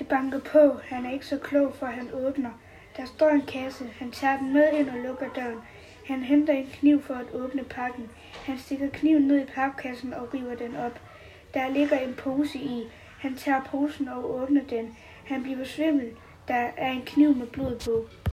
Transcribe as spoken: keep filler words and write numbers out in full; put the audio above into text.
Det banker på. Han er ikke så klog, for han åbner. Der står en kasse. Han tager den med ind og lukker døren. Han henter en kniv for at åbne pakken. Han stikker kniven ned i papkassen og river den op. Der ligger en pose i. Han tager posen og åbner den. Han bliver svimmel. Der er en kniv med blod på.